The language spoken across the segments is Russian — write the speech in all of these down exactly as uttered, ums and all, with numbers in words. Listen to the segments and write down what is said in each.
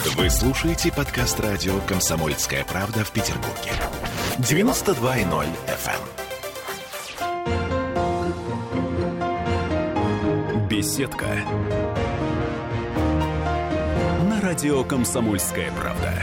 Вы слушаете подкаст радио «Комсомольская правда» в Петербурге. девяносто два и ноль эф эм. Беседка. На радио «Комсомольская правда».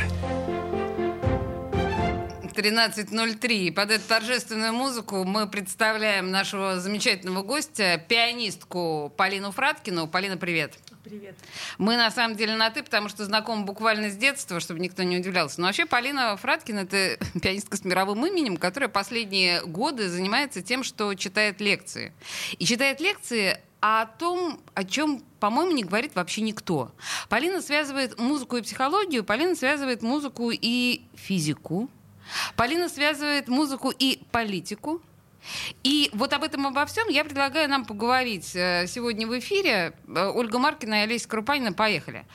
тринадцать ноль три. Под эту торжественную музыку мы представляем нашего замечательного гостя, пианистку Полину Фраткину. Полина, привет. Привет. Мы на самом деле на «ты», потому что знакомы буквально с детства, чтобы никто не удивлялся. Но вообще Полина Фраткина — это пианистка с мировым именем, которая последние годы занимается тем, что читает лекции. И читает лекции о том, о чем, по-моему, не говорит вообще никто. Полина связывает музыку и психологию, Полина связывает музыку и физику, Полина связывает музыку и политику. И вот об этом обо всем я предлагаю нам поговорить сегодня в эфире. Ольга Маркина и Олеся Крупанина, поехали.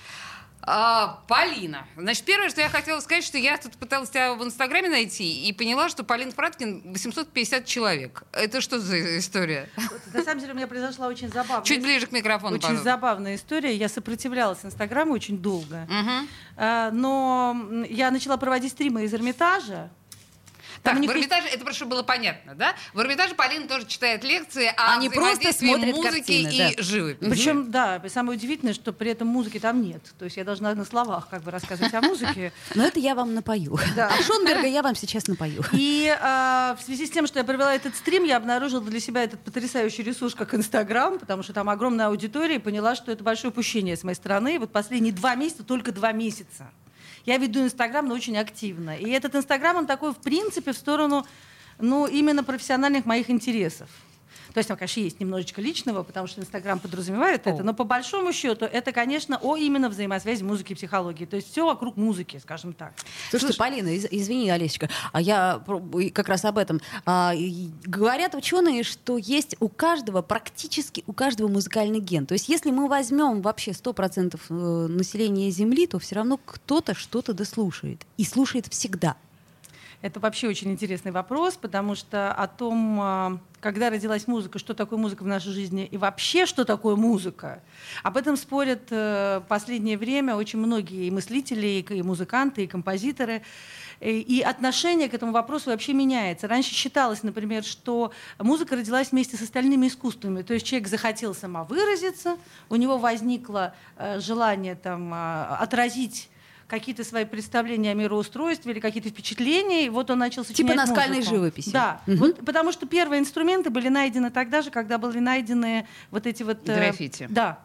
А, Полина. Значит, первое, что я хотела сказать, что я тут пыталась тебя в Инстаграме найти и поняла, что Полина Фраткин восемьсот пятьдесят человек. Это что за история? Вот, на самом деле у меня произошла очень забавная... Чуть ближе к микрофону, Очень пожалуйста. забавная история. Я сопротивлялась Инстаграму очень долго. Угу. А, но я начала проводить стримы из Эрмитажа. Так, Там в них Эрмитаже, есть... это просто было понятно, да? В Эрмитаже Полина тоже читает лекции о Они просто смотрят музыки картины, и да. живописи. Причем, да, самое удивительное, что при этом музыки там нет. То есть я должна на словах как бы рассказывать о музыке. Но это я вам напою. Да. А Шонберга я вам сейчас напою. И а, в связи с тем, что я провела этот стрим, я обнаружила для себя этот потрясающий ресурс, как Инстаграм, потому что там огромная аудитория, и поняла, что это большое упущение с моей стороны. И вот последние два месяца, только два месяца, я веду Инстаграм, но очень активно. И этот Инстаграм, он такой, в принципе, в сторону, ну, именно профессиональных моих интересов. То есть там, конечно, есть немножечко личного, потому что Инстаграм подразумевает О. это, но по большому счету это, конечно, о именно взаимосвязи музыки и психологии. То есть все вокруг музыки, скажем так. Слушайте, Слушай, Полина, из- извини, Олесечка, а я как раз об этом. А, и говорят ученые, что есть у каждого, практически у каждого музыкальный ген. То есть если мы возьмем вообще сто процентов населения Земли, то все равно кто-то что-то дослушает. И слушает всегда. Это вообще очень интересный вопрос, потому что о том, когда родилась музыка, что такое музыка в нашей жизни и вообще, что такое музыка, об этом спорят в последнее время очень многие и мыслители, и музыканты, и композиторы. И отношение к этому вопросу вообще меняется. Раньше считалось, например, что музыка родилась вместе с остальными искусствами. То есть человек захотел самовыразиться, у него возникло желание там, отразить какие-то свои представления о мироустройстве или какие-то впечатления, и вот он начал сочинять Типа наскальной музыку. живописи. Да, угу. вот, потому что первые инструменты были найдены тогда же, когда были найдены вот эти вот... Граффити. Э, да.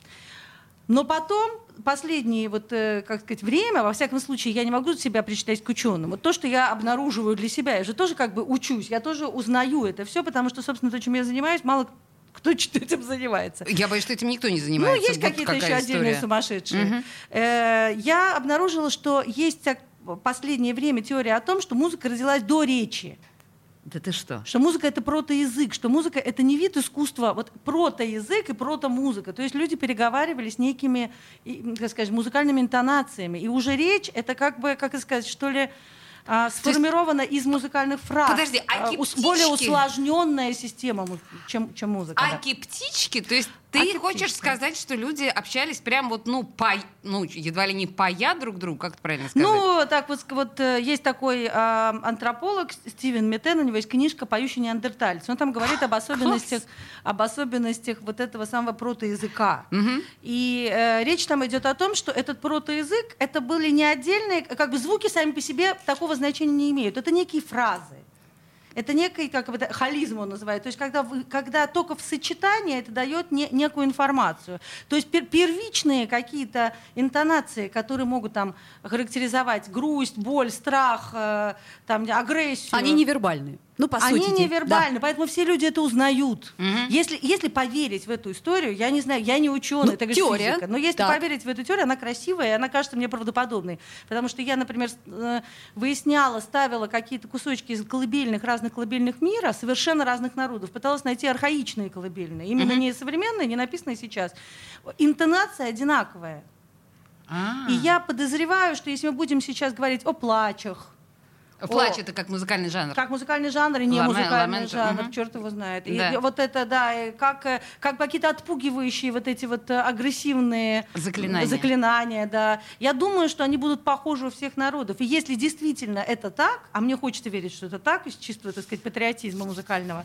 Но потом, последнее вот, э, как сказать, время, во всяком случае, я не могу себя причислять к ученым. Вот то, что я обнаруживаю для себя, я же тоже как бы учусь, я тоже узнаю это все, потому что, собственно, то, чем я занимаюсь, мало кто этим занимается. Я боюсь, что этим никто не занимается. Ну, есть вот какие-то еще история. отдельные сумасшедшие. Угу. Э, я обнаружила, что есть в последнее время теория о том, что музыка родилась до речи. Да ты что? Что музыка — это протоязык, что музыка — это не вид искусства, вот протоязык и протомузыка. То есть люди переговаривали с некими, как сказать, музыкальными интонациями. И уже речь — это как бы, как сказать, что ли, сформирована из музыкальных фраз. Подожди, а более усложненная система, чем, чем музыка. Аки да. птички? То есть ты Аки хочешь птички. сказать, что люди общались прям вот, ну, по, ну, едва ли не поя друг другу, как это правильно сказать? Ну, так вот, вот есть такой э, антрополог Стивен Метен, у него есть книжка «Поющий неандерталец». Он там говорит об особенностях, об особенностях вот этого самого протоязыка. Угу. И э, речь там идет о том, что этот протоязык, это были не отдельные, как бы звуки сами по себе такого значения не имеют. Это некие фразы. Это некий, как бы, холизм он называет. То есть когда, вы, когда только в сочетании это дает не, некую информацию. То есть пер, первичные какие-то интонации, которые могут там характеризовать грусть, боль, страх, э, там, агрессию. Они невербальные. Ну, по Они сути. невербальны, Да. поэтому все люди это узнают. Угу. Если, если поверить в эту историю, я не знаю, я не ученый, Ну, это теория. физика, но если Так. поверить в эту теорию, она красивая, и она кажется мне правдоподобной. Потому что я, например, выясняла, ставила какие-то кусочки из колыбельных, разных колыбельных мира, совершенно разных народов, пыталась найти архаичные колыбельные, именно Угу. не современные, не написанные сейчас. Интонация одинаковая. А-а-а. И я подозреваю, что если мы будем сейчас говорить о плачах, Плач — О, это как музыкальный жанр. Как музыкальный жанр и не Ламен- музыкальный ламент, жанр, мгм. черт его знает. Да. И вот это, да, и как, э, как какие-то отпугивающие вот эти вот э, агрессивные Заклинания. заклинания, да. Я думаю, что они будут похожи у всех народов. И если действительно это так, а мне хочется верить, что это так, из чистого, так сказать, патриотизма музыкального,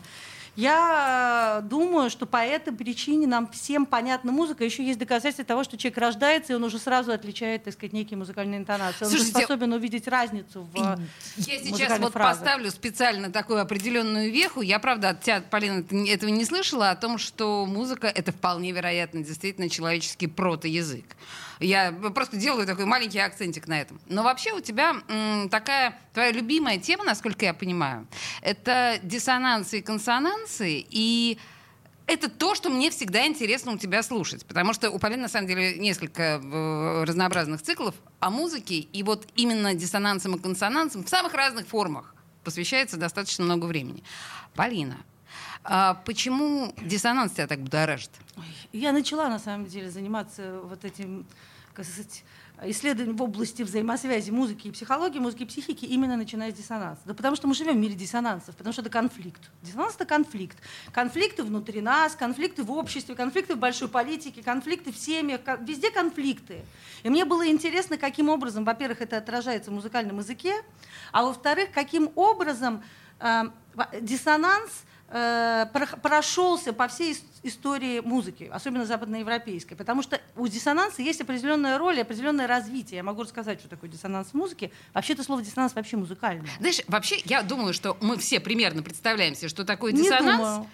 я э, думаю, что по этой причине нам всем понятна музыка. Еще есть доказательства того, что человек рождается, и он уже сразу отличает, так сказать, некие музыкальные интонации. Он уже Слушайте, способен увидеть разницу в э, Я сейчас музыкальных вот фразах. поставлю специально такую определенную веху. Я, правда, от тебя, Полина, ты не- этого не слышала, о том, что музыка — это вполне вероятно действительно человеческий протоязык. Я просто делаю такой маленький акцентик на этом. Но вообще у тебя м, такая твоя любимая тема, насколько я понимаю, это диссонансы и консонансы, и это то, что мне всегда интересно у тебя слушать. Потому что у Полины, на самом деле, несколько э, разнообразных циклов о музыке, и вот именно диссонансам и консонансам в самых разных формах посвящается достаточно много времени. Полина, а почему диссонанс тебя так будоражит? Я начала, на самом деле, заниматься вот этим, как сказать, исследованием в области взаимосвязи музыки и психологии, музыки и психики, именно начиная с диссонанса. Да потому что мы живем в мире диссонансов, потому что это конфликт. Диссонанс — это конфликт. Конфликты внутри нас, конфликты в обществе, конфликты в большой политике, конфликты в семьях, везде конфликты. И мне было интересно, каким образом, во-первых, это отражается в музыкальном языке, а во-вторых, каким образом э, диссонанс э, прошелся по всей ис- истории музыки, особенно западноевропейской, потому что у диссонанса есть определенная роль и определенное развитие. Я могу рассказать, что такое диссонанс в музыке. Вообще-то слово диссонанс вообще музыкальное. Знаешь, вообще, я думаю, что мы все примерно представляем себе, что такое Не диссонанс. думаю.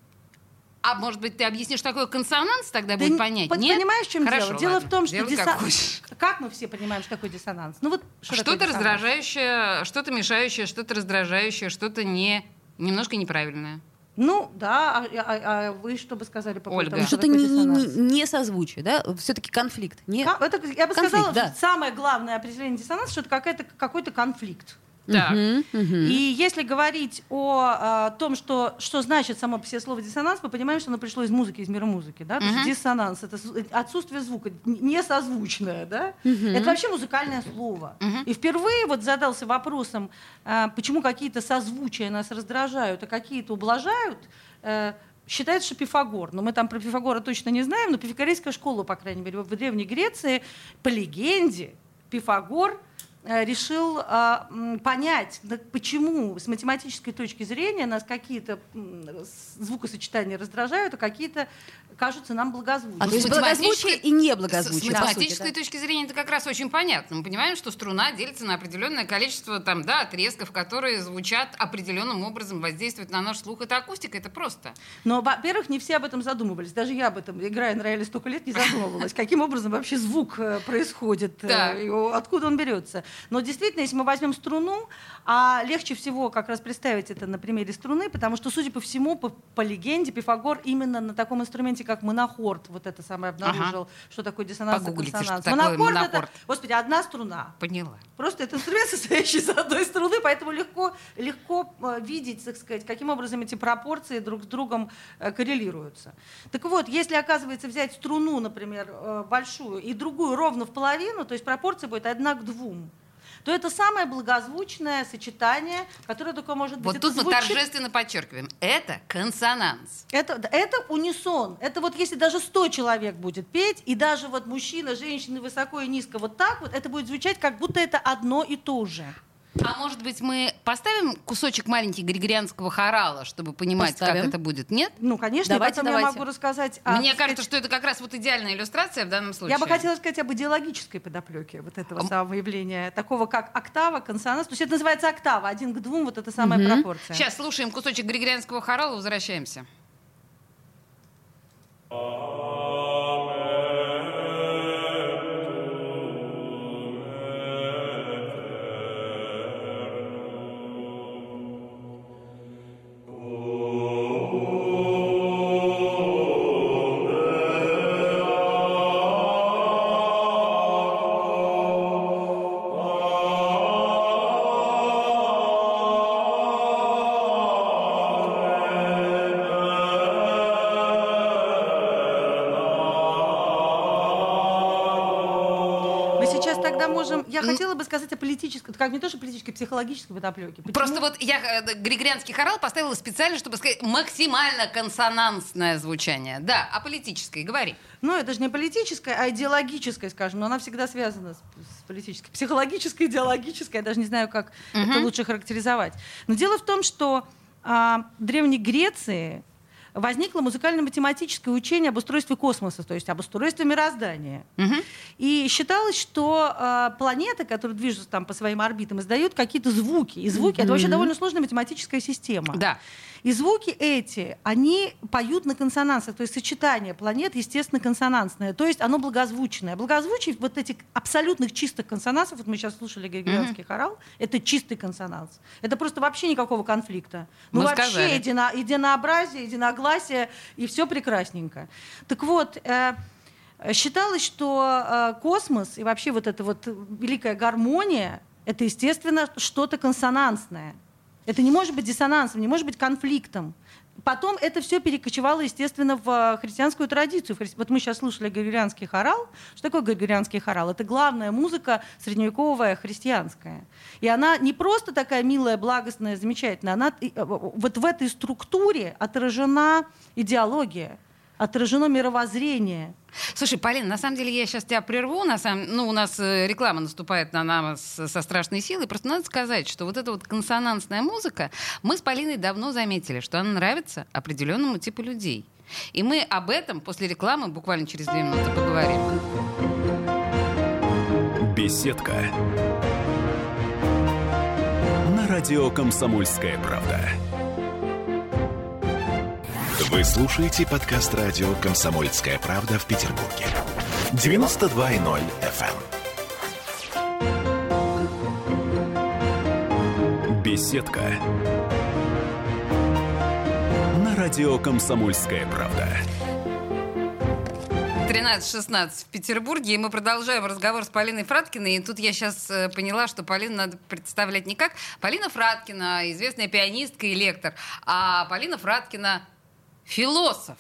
А может быть, ты объяснишь, что такое консонанс, тогда Да будет не- понять? под- Нет? Понимаешь, в чем Хорошо, дело? Дело ладно. в том, что Делай диссон- как хочешь. Как мы все понимаем, что такое диссонанс? Ну вот что такое Что-то диссонанс? раздражающее, что-то мешающее, что-то раздражающее, что-то не, немножко неправильное. Ну да, а, а- а вы что бы сказали по поводу Ольга. того, что Что-то такое не, не, диссонанс? не созвучие, да? Все-таки конфликт. Не... Ка- это, я бы Конфликт, сказала, да. что самое главное определение диссонанса, что это какая-то, какой-то конфликт. Так. Мгм, мгм. И если говорить о, а, том, что, что значит само по себе слово диссонанс, мы понимаем, что оно пришло из музыки, из мира музыки. Да? То есть Мгм. диссонанс — это с- отсутствие звука, н- несозвучное. Да? Это вообще музыкальное слово. Мгм. И впервые вот задался вопросом, а, почему какие-то созвучия нас раздражают, а какие-то ублажают. э, Считается, что Пифагор, но мы там про Пифагора точно не знаем, но пифагорейская школа, по крайней мере, в Древней Греции, по легенде, Пифагор э, решил а, м, понять, да, почему с математической точки зрения нас какие-то м, с- звукосочетания раздражают, а какие-то кажутся нам благозвучными. А, то есть С математической- благозвучие и С, неблагозвучие. с по сути, математической да. точки зрения это как раз очень понятно. Мы понимаем, что струна делится на определенное количество там, да, отрезков, которые звучат определенным образом, воздействуют на наш слух. Это акустика, это просто. Но, во-первых, не все об этом задумывались. Даже я об этом, играя на рояле столько лет, не задумывалась. Каким образом вообще звук э, происходит, э, Так. и о- откуда он берется. Но действительно, если мы возьмем струну, а легче всего как раз представить это на примере струны, потому что, судя по всему, по, по легенде, Пифагор именно на таком инструменте, как монохорд, вот это самое обнаружил, что такое диссонанс и Погуглите, консонанс. что такое Монохорд — монохорд. это, господи, одна струна. Поняла. Просто это инструмент, состоящий из одной струны, поэтому легко, легко э, видеть, так сказать, каким образом эти пропорции друг с другом э, коррелируются. Так вот, если, оказывается, взять струну, например, э, большую, и другую ровно в половину, то есть пропорция будет одна к двум, то это самое благозвучное сочетание, которое только может быть. Вот Это тут мы звучит- торжественно подчеркиваем. Это консонанс. Это, это унисон. Это вот если даже сто человек будет петь, и даже вот мужчина, женщина, высоко и низко вот так вот, это будет звучать, как будто это одно и то же. А может быть, мы поставим кусочек маленький григорианского хорала, чтобы понимать, Поставим. как это будет? Нет? Ну, конечно, Давайте, потом я давайте. могу рассказать. о, Мне так кажется, сказать, что это как раз вот идеальная иллюстрация в данном случае. я бы хотела сказать об идеологической подоплеке вот этого Ам. самого явления, такого как октава, консонанс. То есть это называется октава, один к двум, вот это самая Мгм. пропорция. Сейчас слушаем кусочек григорианского хорала, возвращаемся. сейчас тогда можем... Я хотела бы сказать о политической, как не то, что политической, психологической подоплеке. Почему? Просто вот я э, григорианский хорал поставила специально, чтобы сказать максимально консонансное звучание. Да, а политическое, говори. Ну, это же не политическое, а идеологическое, скажем, но она всегда связана с, с политической. Психологическое, идеологическое, я даже не знаю, как uh-huh. это лучше характеризовать. Но дело в том, что а, в Древней Греции возникло музыкально-математическое учение об устройстве космоса, то есть об устройстве мироздания. Uh-huh. И считалось, что э, планеты, которые движутся там по своим орбитам, издают какие-то звуки. И звуки uh-huh. — это вообще довольно сложная математическая система. Да. И звуки эти, они поют на консонансах, то есть сочетание планет, естественно, консонансное, то есть оно благозвучное. Благозвучие вот этих абсолютных чистых консонансов, вот мы сейчас слушали григорианский mm-hmm. хорал, это чистый консонанс. Это просто вообще никакого конфликта. Ну мы вообще едино, единообразие, единогласие, и все прекрасненько. Так вот, э, считалось, что э, космос и вообще вот эта вот великая гармония, это, естественно, что-то консонансное. Это не может быть диссонансом, не может быть конфликтом. Потом это все перекочевало, естественно, в христианскую традицию. Вот мы сейчас слушали григорианский хорал. Что такое григорианский хорал? Это главная музыка средневековая христианская. И она не просто такая милая, благостная, замечательная. Она, вот в этой структуре отражена идеология, отражено мировоззрение. Слушай, Полина, на самом деле я сейчас тебя прерву. На самом... Ну, у нас э, реклама наступает на нас со страшной силой. Просто надо сказать, что вот эта вот консонансная музыка, мы с Полиной давно заметили, что она нравится определенному типу людей. И мы об этом после рекламы буквально через две минуты поговорим. Беседка. На радио «Комсомольская правда». Вы слушаете подкаст радио «Комсомольская правда» в Петербурге. девяносто два и ноль эф эм. Беседка. На радио «Комсомольская правда». тринадцать шестнадцать в Петербурге, и мы продолжаем разговор с Полиной Фраткиной. И тут я сейчас э, поняла, что Полину надо представлять не как Полина Фраткина, известная пианистка и лектор, а Полина Фраткина — философ.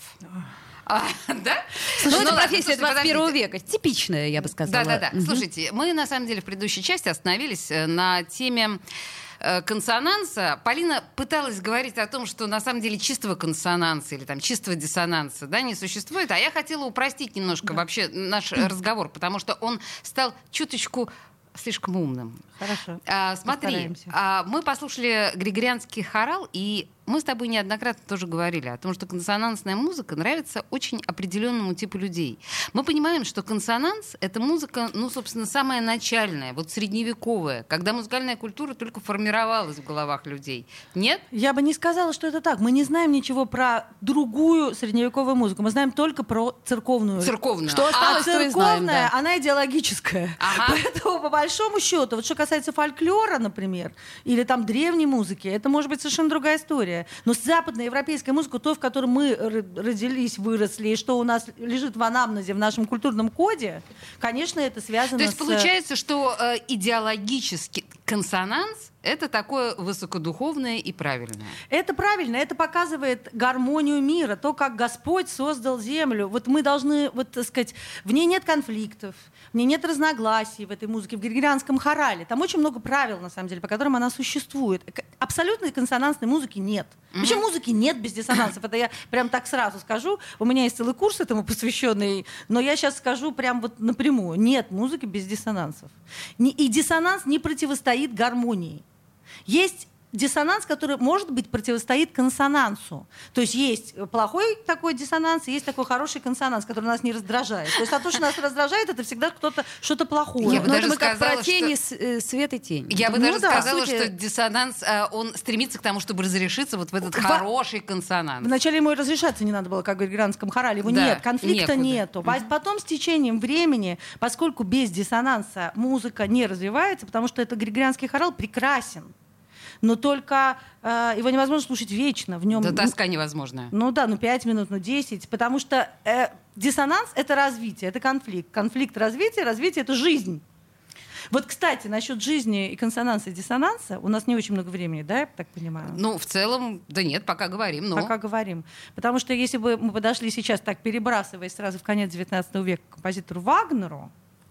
А, да? Слушай, ну, это ладно, профессия двадцать первого века. Типичная, я бы сказала. Да-да-да. Угу. Слушайте, мы на самом деле в предыдущей части остановились на теме э, консонанса. Полина пыталась говорить о том, что на самом деле чистого консонанса или там чистого диссонанса, да, не существует. А я хотела упростить немножко да. вообще наш разговор, потому что он стал чуточку слишком умным. Хорошо. А, смотри, а, мы послушали григорианский хорал, и мы с тобой неоднократно тоже говорили о том, что консонансная музыка нравится очень определенному типу людей. Мы понимаем, что консонанс — это музыка, ну, собственно, самая начальная, вот средневековая, когда музыкальная культура только формировалась в головах людей. Нет? Я бы не сказала, что это так. Мы не знаем ничего про другую средневековую музыку. Мы знаем только про церковную. Церковную. Что осталось, а церковная, знаем, да. Она идеологическая. Ага. Поэтому, по большому счету, вот что касается фольклора, например, или там древней музыки, это может быть совершенно другая история. Но западноевропейская музыка, то, в которой мы родились, выросли, и что у нас лежит в анамнезе, в нашем культурном коде, конечно, это связано с... То есть с... получается, что э, идеологический консонанс — это такое высокодуховное и правильное. Это правильно, это показывает гармонию мира, то, как Господь создал землю. Вот мы должны, вот, так сказать, в ней нет конфликтов, в ней нет разногласий в этой музыке, в григорианском хорале. Там очень много правил, на самом деле, по которым она существует. Абсолютной консонансной музыки нет. Mm-hmm. Вообще музыки нет без диссонансов. Это я прям так сразу скажу. У меня есть целый курс этому посвященный, но я сейчас скажу прям вот напрямую. Нет музыки без диссонансов. И диссонанс не противостоит гармонии. Есть диссонанс, который, может быть, противостоит консонансу. То есть есть плохой такой диссонанс, и есть такой хороший консонанс, который нас не раздражает. То есть а то, что нас раздражает, это всегда кто-то что-то плохое. Я бы даже мы как сказала, про тени, что... свет и тень. Я бы ну, даже да, сказала, сути... что диссонанс, он стремится к тому, чтобы разрешиться вот в этот Во... хороший консонанс. Вначале ему и разрешаться не надо было, как в григорианском хорале. Его да, нет, конфликта некуда. нету. Mm-hmm. Потом с течением времени, поскольку без диссонанса музыка не развивается, потому что это григорианский хорал прекрасен. Но только э, его невозможно слушать вечно. В нем, да тоска невозможная. Ну да, ну пять минут, ну десять. Потому что э, диссонанс — это развитие, это конфликт. Конфликт — развитие, развитие — это жизнь. Вот, кстати, насчет жизни и консонанса и диссонанса у нас не очень много времени, да, я так понимаю? Ну, в целом, да нет, пока говорим. Но... Пока говорим. Потому что если бы мы подошли сейчас, так перебрасываясь сразу в конец девятнадцатого века к композитору Вагнеру,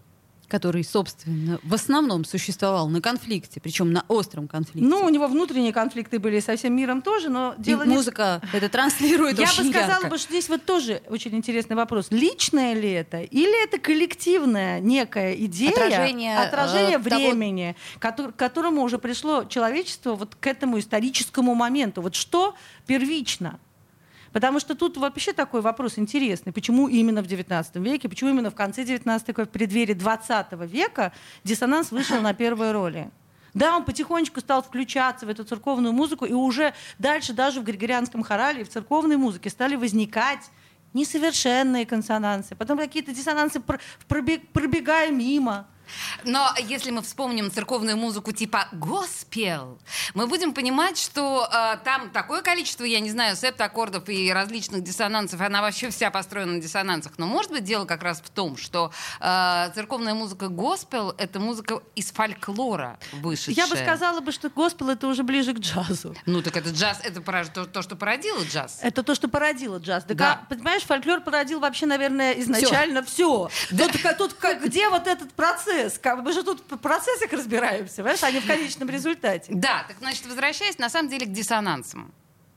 который, собственно, в основном существовал на конфликте, причем на остром конфликте. Ну, у него внутренние конфликты были со всем миром тоже, но дело и не... музыка это транслирует Я очень бы сказала, ярко. бы, что здесь вот тоже очень интересный вопрос. Личное ли это? Или это коллективная некая идея, Отражение, отражение э, времени, того... к которому уже пришло человечество вот к этому историческому моменту? Вот что первично? Потому что тут вообще такой вопрос интересный. Почему именно в девятнадцатом веке, почему именно в конце девятнадцатого века, в преддверии двадцатого века диссонанс вышел на первые роли? Да, он потихонечку стал включаться в эту церковную музыку, и уже дальше даже в григорианском хорале и в церковной музыке стали возникать несовершенные консонансы, потом какие-то диссонансы, пробегая мимо. Но если мы вспомним церковную музыку типа госпел, мы будем понимать, что э, там такое количество, я не знаю, септаккордов и различных диссонансов, она вообще вся построена на диссонансах. Но может быть дело как раз в том, что э, церковная музыка госпел — это музыка из фольклора вышедшая. Я бы сказала, бы, что госпел — это уже ближе к джазу. Ну так это джаз, это то, то что породило джаз. Это то, что породило джаз. Да. Да. Как, понимаешь, фольклор породил вообще, наверное, изначально все. Да. Тут, тут как, где вот этот процесс? Мы же тут в процессах разбираемся, понимаешь, а не в конечном результате. Да, так значит, возвращаясь на самом деле к диссонансам.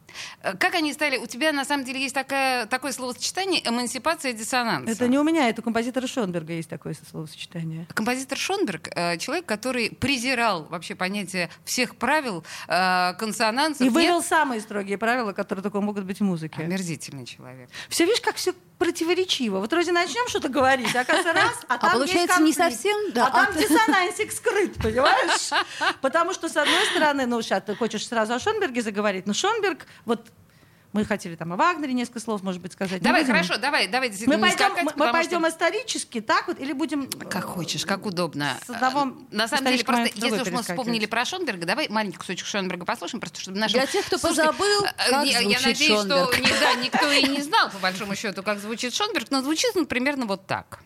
Как они стали... У тебя, на самом деле, есть такое, такое словосочетание «эмансипация диссонанса». Это не у меня, это у композитора Шонберга есть такое словосочетание. Композитор Шонберг — человек, который презирал вообще понятие всех правил э, консонансов. И вывел самые строгие правила, которые только могут быть в музыке. Омерзительный человек. Все, видишь, как все противоречиво. Вот вроде начнем что-то говорить, а оказывается раз, а там а получается есть не совсем, да. А там диссонансик скрыт, понимаешь? Потому что, с одной стороны, ну, сейчас ты хочешь сразу о Шонберге заговорить, но Шонберг, вот мы хотели там о Вагнере несколько слов, может быть, сказать. Давай, хорошо, давай, давай действительно мы не пойдем, скакать, мы, мы пойдем что... исторически, так вот, или будем... Как хочешь, как удобно. С одного На самом деле, просто если уж мы перескакивать. вспомнили про Шонберга, давай маленький кусочек Шонберга послушаем, просто чтобы нашим... Для тех, кто Слушайте, позабыл, как я, звучит я надеюсь, Шонберг. что не, да, никто и не знал, по большому счету, как звучит Шонберг, но звучит он примерно вот так.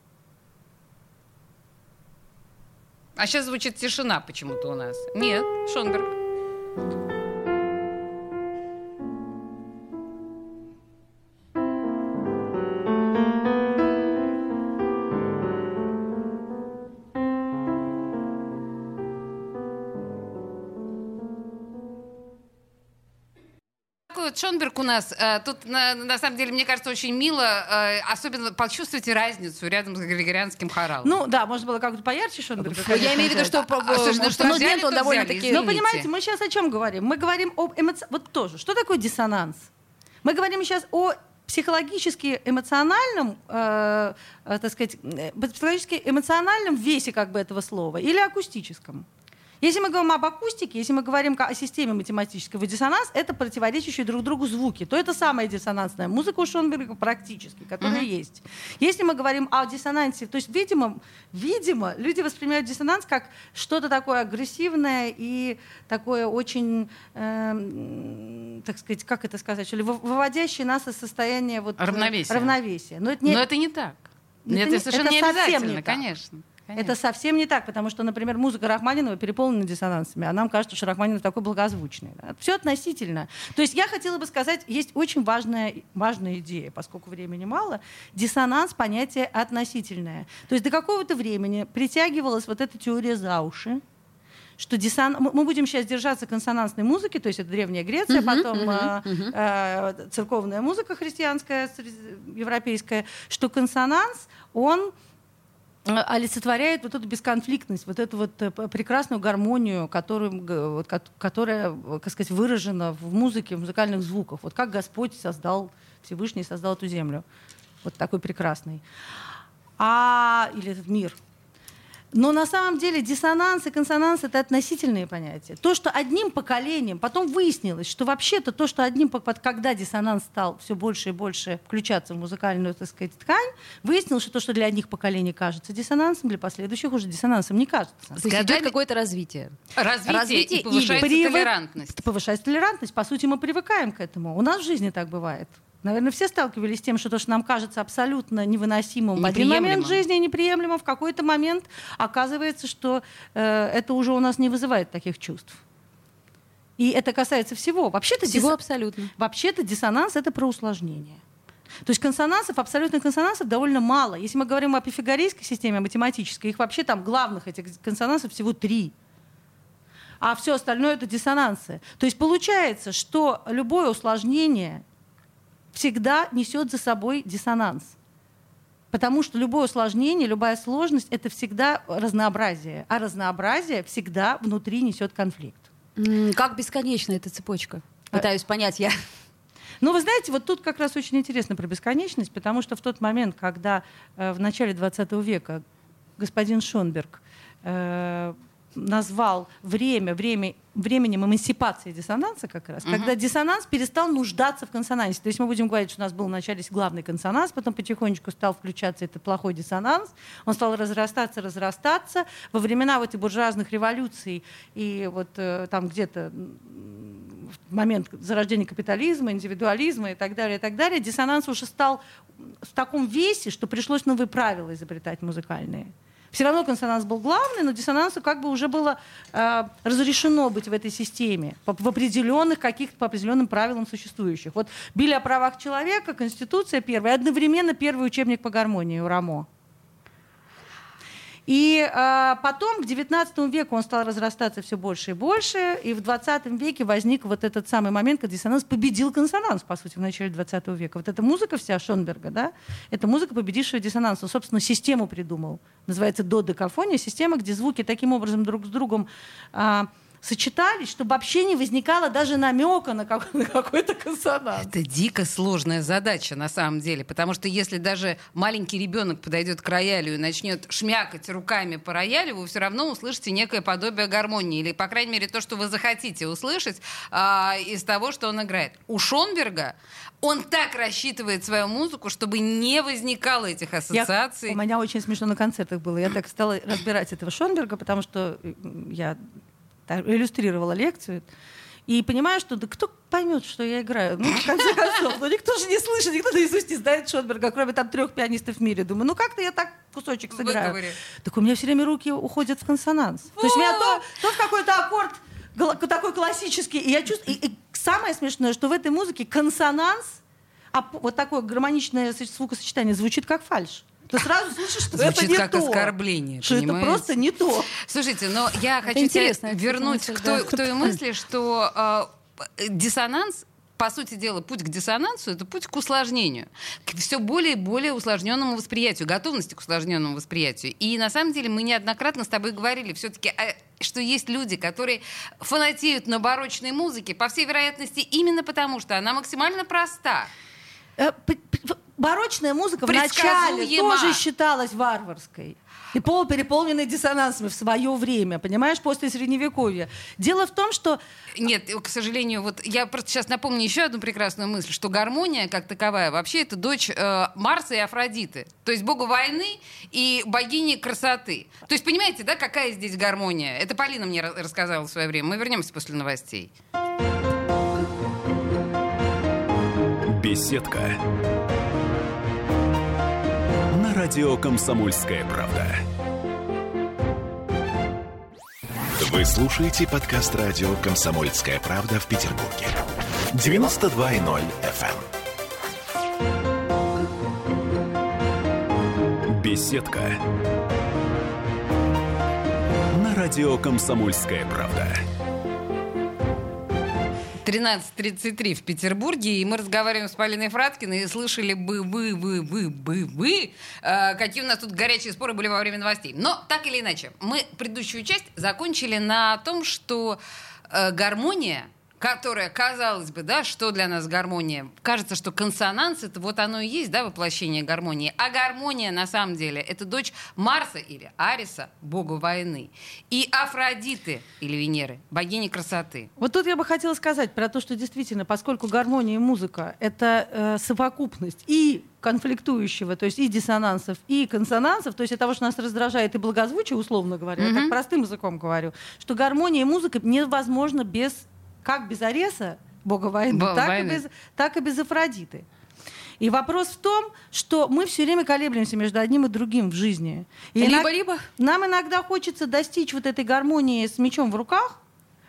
А сейчас звучит тишина почему-то у нас. Нет, Шонберг. Шонберг у нас, э, тут на, на самом деле, мне кажется, очень мило, э, особенно почувствуйте разницу рядом с григорианским хоралом. Ну да, может было как-то поярче Шонберга. Я имею в виду, что по А, слушай, ну что, взяли, он то довольно-таки... взяли, Ну, извините. понимаете, мы сейчас о чем говорим? Мы говорим об эмоци... Вот тоже. Что такое диссонанс? Мы говорим сейчас о психологически эмоциональном, э, э, так сказать, э, психологически эмоциональном весе как бы этого слова или акустическом. Если мы говорим об акустике, если мы говорим о системе математического диссонанса, это противоречащие друг другу звуки. То это самая диссонансная музыка у Шонберга практически, которая uh-huh. есть. Если мы говорим о диссонансе, то есть, видимо, видимо, люди воспринимают диссонанс как что-то такое агрессивное и такое очень, э, так сказать, как это сказать, что ли, выводящее нас из состояния вот, равновесия. равновесия. Но это, не, Но это не так. Это Это, не- совершенно это не совсем обязательно, не так. конечно. Конечно. Это совсем не так, потому что, например, музыка Рахманинова переполнена диссонансами, а нам кажется, что Рахманинов такой благозвучный. Да? Все относительно. То есть я хотела бы сказать, есть очень важная, важная идея, поскольку времени мало. Диссонанс — понятие относительное. То есть до какого-то времени притягивалась вот эта теория за уши, что диссон... мы будем сейчас держаться консонансной музыки, то есть это Древняя Греция, Мгм, потом мгм, э, мгм. э, церковная музыка христианская, европейская, что консонанс, он олицетворяет вот эту бесконфликтность, вот эту вот э, прекрасную гармонию, которую, г- вот, ко- которая, э, как сказать, выражена в музыке, в музыкальных звуках. Вот как Господь создал, Всевышний создал эту землю. Вот такой прекрасный. А, или этот мир. Но на самом деле диссонанс и консонанс — это относительные понятия. То, что одним поколением, потом выяснилось, что вообще-то то, что одним, пок- когда диссонанс стал все больше и больше включаться в музыкальную, так сказать, ткань, выяснилось, что то, что для одних поколений кажется диссонансом, для последующих уже диссонансом не кажется. То есть идет Годами- какое-то развитие. Развитие, Развитие и повышается или- толерантность. Повышается толерантность. По сути, мы привыкаем к этому. У нас в жизни так бывает. Наверное, все сталкивались с тем, что то, что нам кажется абсолютно невыносимым в один момент Неприемлемым. жизни, неприемлемым, в какой-то момент оказывается, что э, это уже у нас не вызывает таких чувств. И это касается всего. Вообще-то, Всего дисс- абсолютно. Вообще-то диссонанс — это про усложнение. То есть консонансов, абсолютных консонансов довольно мало. Если мы говорим о пифагорейской системе, математической, их вообще там главных этих консонансов всего три. А все остальное — это диссонансы. То есть получается, что любое усложнение всегда несет за собой диссонанс. Потому что любое усложнение, любая сложность — это всегда разнообразие. А разнообразие всегда внутри несет конфликт. Как бесконечна эта цепочка? Пытаюсь понять я. Ну, вы знаете, вот тут как раз очень интересно про бесконечность, потому что в тот момент, когда э, в начале двадцатого века господин Шонберг э, назвал время, время временем эмансипации диссонанса как раз, uh-huh. когда диссонанс перестал нуждаться в консонансе. То есть мы будем говорить, что у нас был вначале главный консонанс, потом потихонечку стал включаться этот плохой диссонанс, он стал разрастаться, разрастаться. Во времена вот этих буржуазных революций и вот э, там где-то в момент зарождения капитализма, индивидуализма и так далее, и так далее, диссонанс уже стал в таком весе, что пришлось новые правила изобретать музыкальные. Все равно консонанс был главный, но диссонансу как бы уже было э, разрешено быть в этой системе по, в определенных каких-то, по определенным правилам существующих. Вот Билли о правах человека, Конституция первая, одновременно первый учебник по гармонии у Рамо. И э, потом, к девятнадцатому веку он стал разрастаться все больше и больше, и в двадцатом веке возник вот этот самый момент, когда диссонанс победил консонанс, по сути, в начале двадцатого века. Вот эта музыка вся Шонберга, да, это музыка, победившая диссонанс. Он, собственно, систему придумал. Называется додекафония, система, где звуки таким образом друг с другом э, сочетались, чтобы вообще не возникало даже намека на, как, на какой-то консонанс. Это дико сложная задача на самом деле, потому что если даже маленький ребенок подойдет к роялю и начнет шмякать руками по роялю, вы все равно услышите некое подобие гармонии, или, по крайней мере, то, что вы захотите услышать а, из того, что он играет. У Шонберга он так рассчитывает свою музыку, чтобы не возникало этих ассоциаций. Я, у меня очень смешно на концертах было. Я так стала разбирать этого Шонберга, потому что я иллюстрировала лекцию, и понимаю, что да кто поймет, что я играю? Ну, в конце концов, ну, никто же не слышит, никто наизусть не знает Шонберга, кроме там трех пианистов в мире. Думаю, ну как-то я так кусочек сыграю. Выговори. Так у меня все время руки уходят в консонанс. То есть у меня то, то в какой-то аккорд такой классический, и я чувствую... И, и самое смешное, что в этой музыке консонанс, а вот такое гармоничное звукосочетание звучит как фальшь. Ты сразу слышишь, что звучит это не как то. оскорбление, что понимаете? Это просто не то. Слушайте, но я хочу тебя вернуть к той, к той мысли, что э, диссонанс, по сути дела, путь к диссонансу — это путь к усложнению, к все более и более усложненному восприятию, готовности к усложненному восприятию. И на самом деле мы неоднократно с тобой говорили все-таки, что есть люди, которые фанатеют на барочной музыке, по всей вероятности, именно потому, что она максимально проста. Барочная музыка вначале тоже считалась варварской и полупереполненной диссонансами в свое время, понимаешь, после Средневековья. Дело в том, что... Нет, к сожалению, вот я просто сейчас напомню еще одну прекрасную мысль, что гармония, как таковая, вообще это дочь э, Марса и Афродиты, то есть бога войны и богини красоты. То есть понимаете, да, какая здесь гармония? Это Полина мне рассказала в свое время. Мы вернемся после новостей. Беседка. На радио «Комсомольская правда». Вы слушаете подкаст радио «Комсомольская правда» в Петербурге. девяносто два и ноль эф эм. Беседка. На радио «Комсомольская правда». тринадцать тридцать три в Петербурге, и мы разговариваем с Полиной Фраткиной, и слышали бы вы, вы, вы, вы, вы, э, какие у нас тут горячие споры были во время новостей. Но так или иначе, мы предыдущую часть закончили на том, что э, гармония, которая, казалось бы, да, что для нас гармония? Кажется, что консонанс — это вот оно и есть, да, воплощение гармонии. А гармония, на самом деле, это дочь Марса или Ариса, бога войны, и Афродиты или Венеры, богини красоты. Вот тут я бы хотела сказать про то, что действительно, поскольку гармония и музыка — это э, совокупность и конфликтующего, то есть и диссонансов, и консонансов, то есть от того, что нас раздражает и благозвучие, условно говоря, mm-hmm. я так простым языком говорю, что гармония и музыка невозможно без... как без Ареса, бога войны, Бо- так, войны. И без, так и без Афродиты. И вопрос в том, что мы все время колеблемся между одним и другим в жизни. И либо-либо. Нам иногда хочется достичь вот этой гармонии с мечом в руках,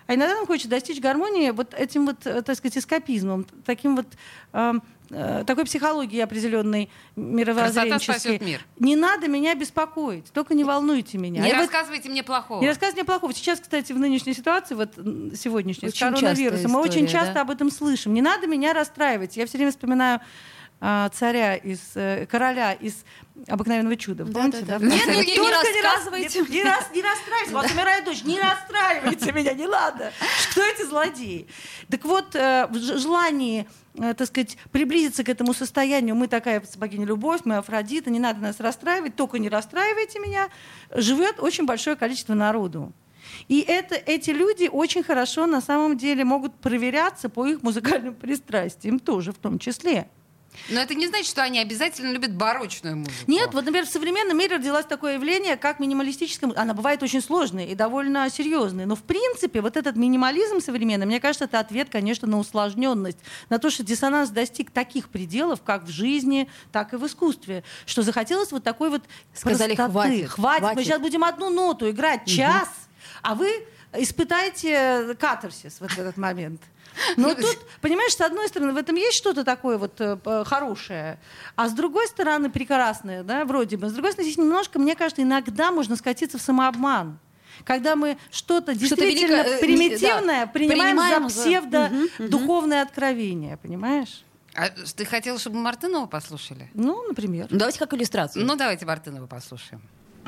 А иногда нам хочется достичь гармонии вот этим вот, так сказать, эскапизмом, таким вот... Э, такой психологии определенной мировоззренческой. Красота спасет мир. Не надо меня беспокоить, только не волнуйте меня. Не и рассказывайте вот, мне плохого. Не рассказывайте мне плохого. Сейчас, кстати, в нынешней ситуации, вот сегодняшней, очень с коронавирусом, мы очень часто да? об этом слышим. Не надо меня расстраивать. Я все время вспоминаю а, царя из э, короля из «Обыкновенного чуда». Да, Помните, да, да? да. Нет, Нет, не, не рассказывайте. Не, не, рас, не расстраивайте. Вот умирает дочь. Не расстраивайте меня, не надо. Кто эти злодеи? Так вот, э, в желании так сказать, приблизиться к этому состоянию, мы такая богиня любовь, мы Афродита, не надо нас расстраивать, только не расстраивайте меня, живет очень большое количество народу. И это, эти люди очень хорошо на самом деле могут проверяться по их музыкальным пристрастиям тоже в том числе. Но это не значит, что они обязательно любят барочную музыку. Нет, вот, например, в современном мире родилось такое явление, как минималистическая музыка. Она бывает очень сложная и довольно серьезная. Но, в принципе, вот этот минимализм современный, мне кажется, это ответ, конечно, на усложненность, на то, что диссонанс достиг таких пределов, как в жизни, так и в искусстве, что захотелось вот такой вот Сказали, простоты. хватит, Хватит. хватит. Мы сейчас будем одну ноту играть угу. час, а вы испытайте катарсис вот в этот момент. Но тут, понимаешь, с одной стороны, в этом есть что-то такое вот э, хорошее, а с другой стороны, прекрасное, да, вроде бы. С другой стороны, здесь немножко, мне кажется, иногда можно скатиться в самообман. Когда мы что-то действительно что-то велико, примитивное да, принимаем, принимаем за псевдо-духовное угу, откровение, понимаешь? А ты хотела, чтобы Мартынова послушали? Ну, например. Давайте как иллюстрацию. Ну, давайте Мартынова послушаем.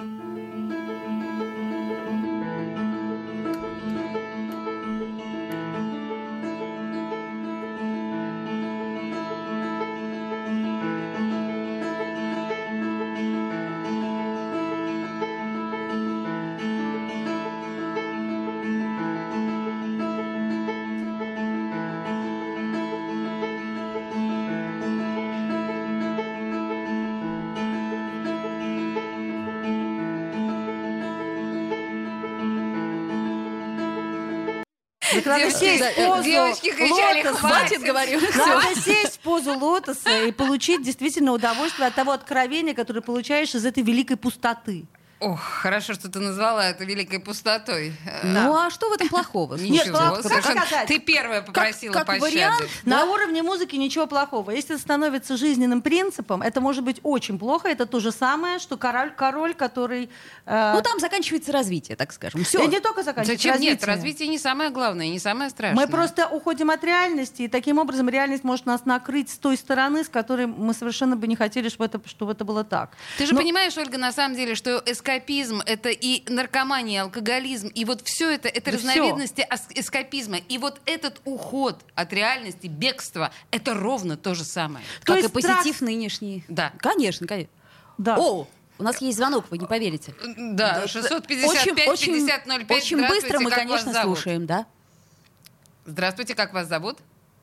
Надо сесть в позу девочки кричали, лотоса. хватит, говорю. Надо сесть в позу лотоса и получить действительно удовольствие от того откровения, которое получаешь из этой великой пустоты. Ох, хорошо, что ты назвала это великой пустотой. Ну а что в этом плохого? Нет, Ничего, как совершенно. сказать? Ты первая попросила как пощады. вариант, На да? уровне музыки ничего плохого. Если это становится жизненным принципом, это может быть очень плохо. Это то же самое, что король, король который... Э... Ну там заканчивается развитие, так скажем. Все. И не только заканчивается. Зачем? Развитие. Нет, развитие не самое главное, не самое страшное. Мы просто уходим от реальности, и таким образом реальность может нас накрыть с той стороны, с которой мы совершенно бы не хотели, чтобы это, чтобы это было так. Ты же Но... понимаешь, Ольга, на самом деле, что эскапизм — это и наркомания, и алкоголизм, и вот все это, это Да разновидности всё. эскапизма. И вот этот уход от реальности, бегство — это ровно то же самое. То Как и есть позитив страх- нынешний. Да. Конечно, конечно. Да. О, у нас есть звонок, вы не поверите. Да, шестьсот пятьдесят пять пятьдесят ноль пять. очень быстро мы, Как вас конечно, зовут? слушаем, да? Здравствуйте, как вас зовут?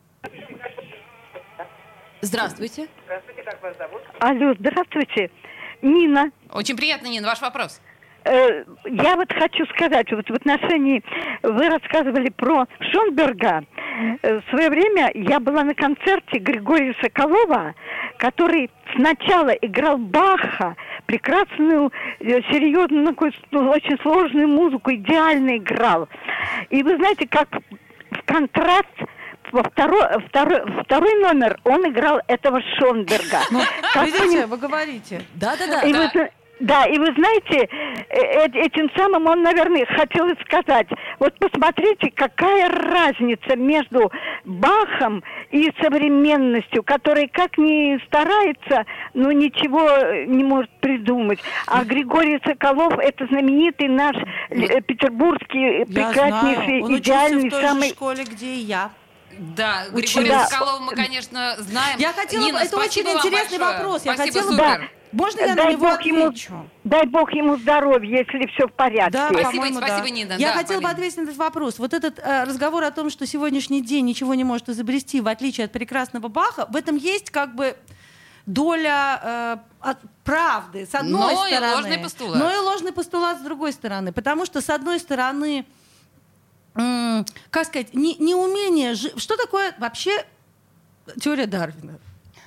Здравствуйте. Алло, здравствуйте. Нина. Очень приятно, Нина, ваш вопрос. Э, я вот хочу сказать, вот в отношении, вы рассказывали про Шонберга. Э, в свое время я была на концерте Григория Соколова, который сначала играл Баха, прекрасную, э, серьезную, такую, очень сложную музыку, идеально играл. И вы знаете, как в контраст во второй, второй, второй номер он играл этого Шонберга. Видите, вы говорите. Да-да-да. И вы, да, и вы знаете, э- этим самым он, наверное, хотел сказать, вот посмотрите, какая разница между Бахом и современностью, который как ни старается, но ничего не может придумать. А Григорий Соколов — это знаменитый наш э, петербургский, прекраснейший, Я знаю. Он идеальный, учился в той самый... же школе, где и я. Да, Очень Григория да. Соколова мы, конечно, знаем. Я хотела Нина, бы, это очень спасибо вам интересный большое. вопрос. Я Спасибо, хотела бы- супер. Да. Можно я на Дай него бог ему, отвечу? дай бог ему здоровья, если все в порядке. Да, Спасибо, по-моему, спасибо, да. Нина. Я Да, хотела бы Полина. ответить на этот вопрос. Вот этот э, разговор о том, что сегодняшний день ничего не может изобрести, в отличие от прекрасного Баха, в этом есть как бы доля э, от правды, с одной Но и стороны. ложный постулат. Но и ложный постулат с другой стороны. Потому что, с одной стороны, м, как сказать, не, неумение... Жи... Что такое вообще теория Дарвина?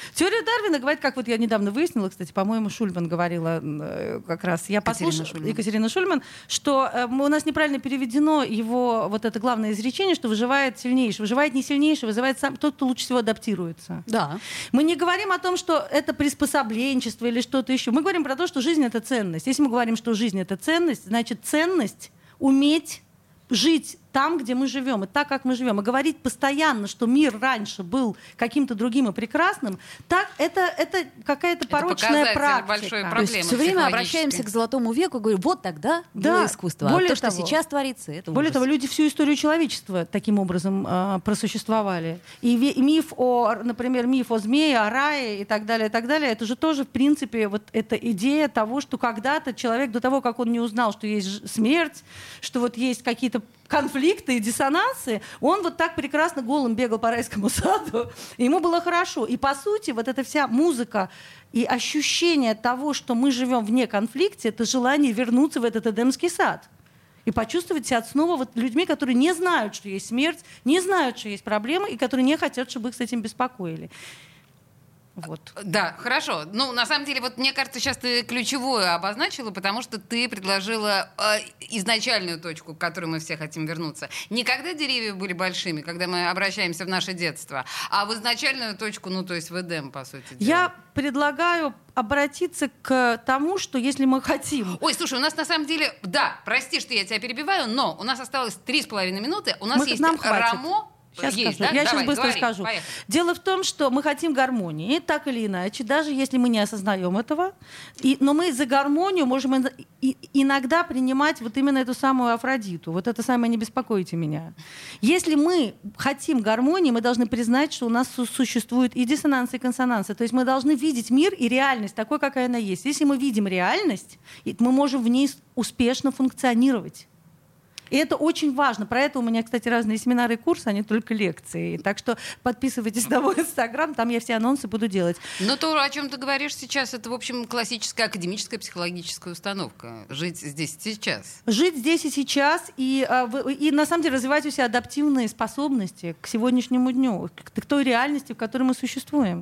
Теория Дарвина говорит, как вот я недавно выяснила, кстати, по-моему, Шульман говорила э, как раз, я послушала, Шульман. Екатерина Шульман, что э, у нас неправильно переведено его вот это главное изречение, что выживает сильнейший. Выживает не сильнейший, выживает сам тот, кто лучше всего адаптируется. Да. Мы не говорим о том, что это приспособленчество или что-то еще. Мы говорим про то, что жизнь — это ценность. Если мы говорим, что жизнь — это ценность, значит, ценность уметь жить там, где мы живем, и так, как мы живем, и говорить постоянно, что мир раньше был каким-то другим и прекрасным, так это, это какая-то Это порочная практика. Большой То проблемы есть все время обращаемся к золотому веку и говорим, вот тогда Да. было искусство. Более а то, того, что сейчас творится, это Более ужас. того, люди всю историю человечества таким образом э, просуществовали. И, ве- и миф о, например, миф о змее, о рае и так далее, и так далее, это же тоже, в принципе, вот эта идея того, что когда-то человек, до того, как он не узнал, что есть ж- смерть, что вот есть какие-то конфликты и диссонансы, он вот так прекрасно голым бегал по райскому саду, и ему было хорошо. И, по сути, вот эта вся музыка и ощущение того, что мы живем вне конфликта, это желание вернуться в этот Эдемский сад и почувствовать себя снова вот людьми, которые не знают, что есть смерть, не знают, что есть проблемы, и которые не хотят, чтобы их с этим беспокоили. Вот. Да, хорошо. Ну, на самом деле, вот мне кажется, сейчас ты ключевое обозначила, потому что ты предложила э, изначальную точку, к которой мы все хотим вернуться. Не когда деревья были большими, когда мы обращаемся в наше детство, а в изначальную точку, ну, то есть в Эдем, по сути дела. Я предлагаю обратиться к тому, что если мы хотим... Ой, слушай, у нас на самом деле... Да, прости, что я тебя перебиваю, но у нас осталось три с половиной минуты. У нас Мы- есть нам хватит. Рамо... Сейчас Есть, скажу. да? Я Давай, сейчас быстро говори, скажу. поехали. Дело в том, что мы хотим гармонии, так или иначе, даже если мы не осознаем этого. И, но мы за гармонию можем ин- и- иногда принимать вот именно эту самую Афродиту. Вот это самое «не беспокойте меня». Если мы хотим гармонии, мы должны признать, что у нас су- существуют и диссонансы, и консонансы. То есть мы должны видеть мир и реальность такой, какая она есть. Если мы видим реальность, и мы можем в ней с- успешно функционировать. И это очень важно. Про это у меня, кстати, разные семинары и курсы, а не только лекции. Так что подписывайтесь на мой инстаграм, там я все анонсы буду делать. Но то, о чем ты говоришь сейчас, это, в общем, классическая академическая психологическая установка. Жить здесь и сейчас. Жить здесь и сейчас, и, а, в- и на самом деле развивать у себя адаптивные способности к сегодняшнему дню, к, к той реальности, в которой мы существуем.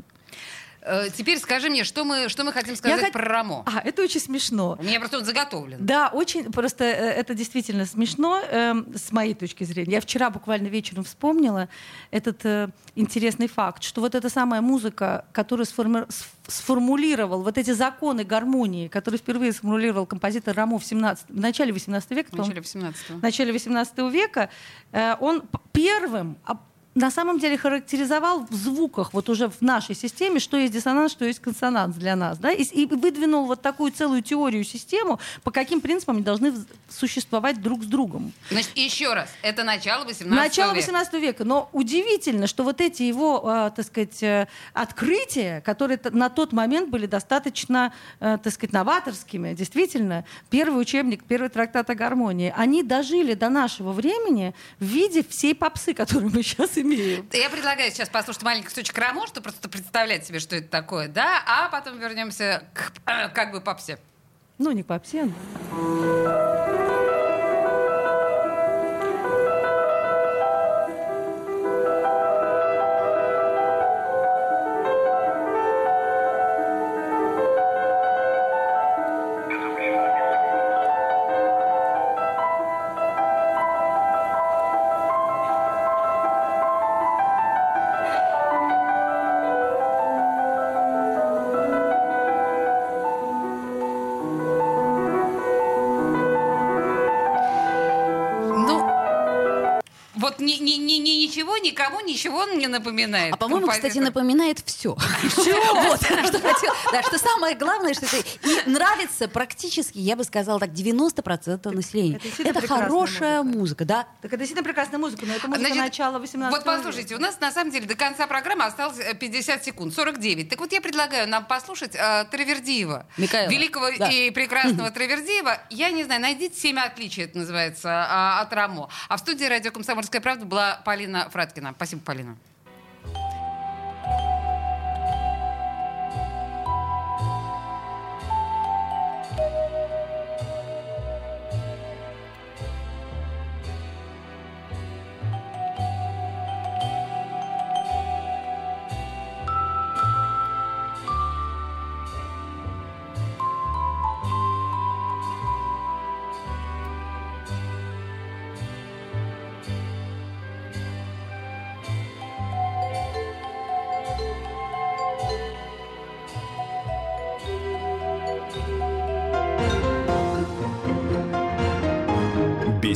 Э, Теперь скажи мне, что мы, что мы хотим сказать хот- про Рамо. А, это очень смешно. У меня просто вот заготовлено. Да, очень, просто э, это действительно смешно эм, с моей точки зрения. Я вчера буквально вечером вспомнила этот э, интересный факт, что вот эта самая музыка, которую сформи- сф- сформулировал, вот эти законы гармонии, которые впервые сформулировал композитор Рамо в, семнадцатом, в начале восемнадцатого века, В начале восемнадцатого. в начале восемнадцатого века, э, он п- первым а, на самом деле характеризовал в звуках, вот уже в нашей системе, что есть диссонанс, что есть консонанс для нас. Да? И, и выдвинул вот такую целую теорию, систему, по каким принципам они должны в- существовать друг с другом. Значит, еще раз, это начало восемнадцатого Начало века. восемнадцатого века. Но удивительно, что вот эти его, э, так сказать, э, открытия, которые т- на тот момент были достаточно, э, так сказать, новаторскими, действительно, первый учебник, первый трактат о гармонии, они дожили до нашего времени в виде всей попсы, которую мы сейчас имеем. Я предлагаю сейчас послушать маленький кусочек Рамо, чтобы просто представлять себе, что это такое, да, а потом вернемся к э, как бы попсе. Ну, не к попсе. но- Ну, вот ни, ни, ни, ни- ничего, никому ничего не напоминает. А по-моему, кстати, композитор. напоминает все. Вот, что хотела. Да, что самое главное, что это и нравится практически, я бы сказала так, девяносто процентов населения. Это действительно Это прекрасная хорошая музыка. музыка, да. Так это действительно прекрасная музыка, но это музыка Значит, начала восемнадцатого Вот послушайте, у нас на самом деле до конца программы осталось э, пятьдесят секунд, сорок девять. Так вот я предлагаю нам послушать э, Травердиева. Микаэла. Великого Да. и прекрасного Травердиева. Я не знаю, найдите «Семь отличий», это называется, а, от Рамо. А в студии радио «Комсомольская правда» была Полина Фраткина. Спасибо, Полина.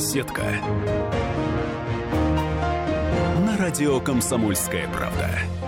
Беседка. На радио «Комсомольская правда».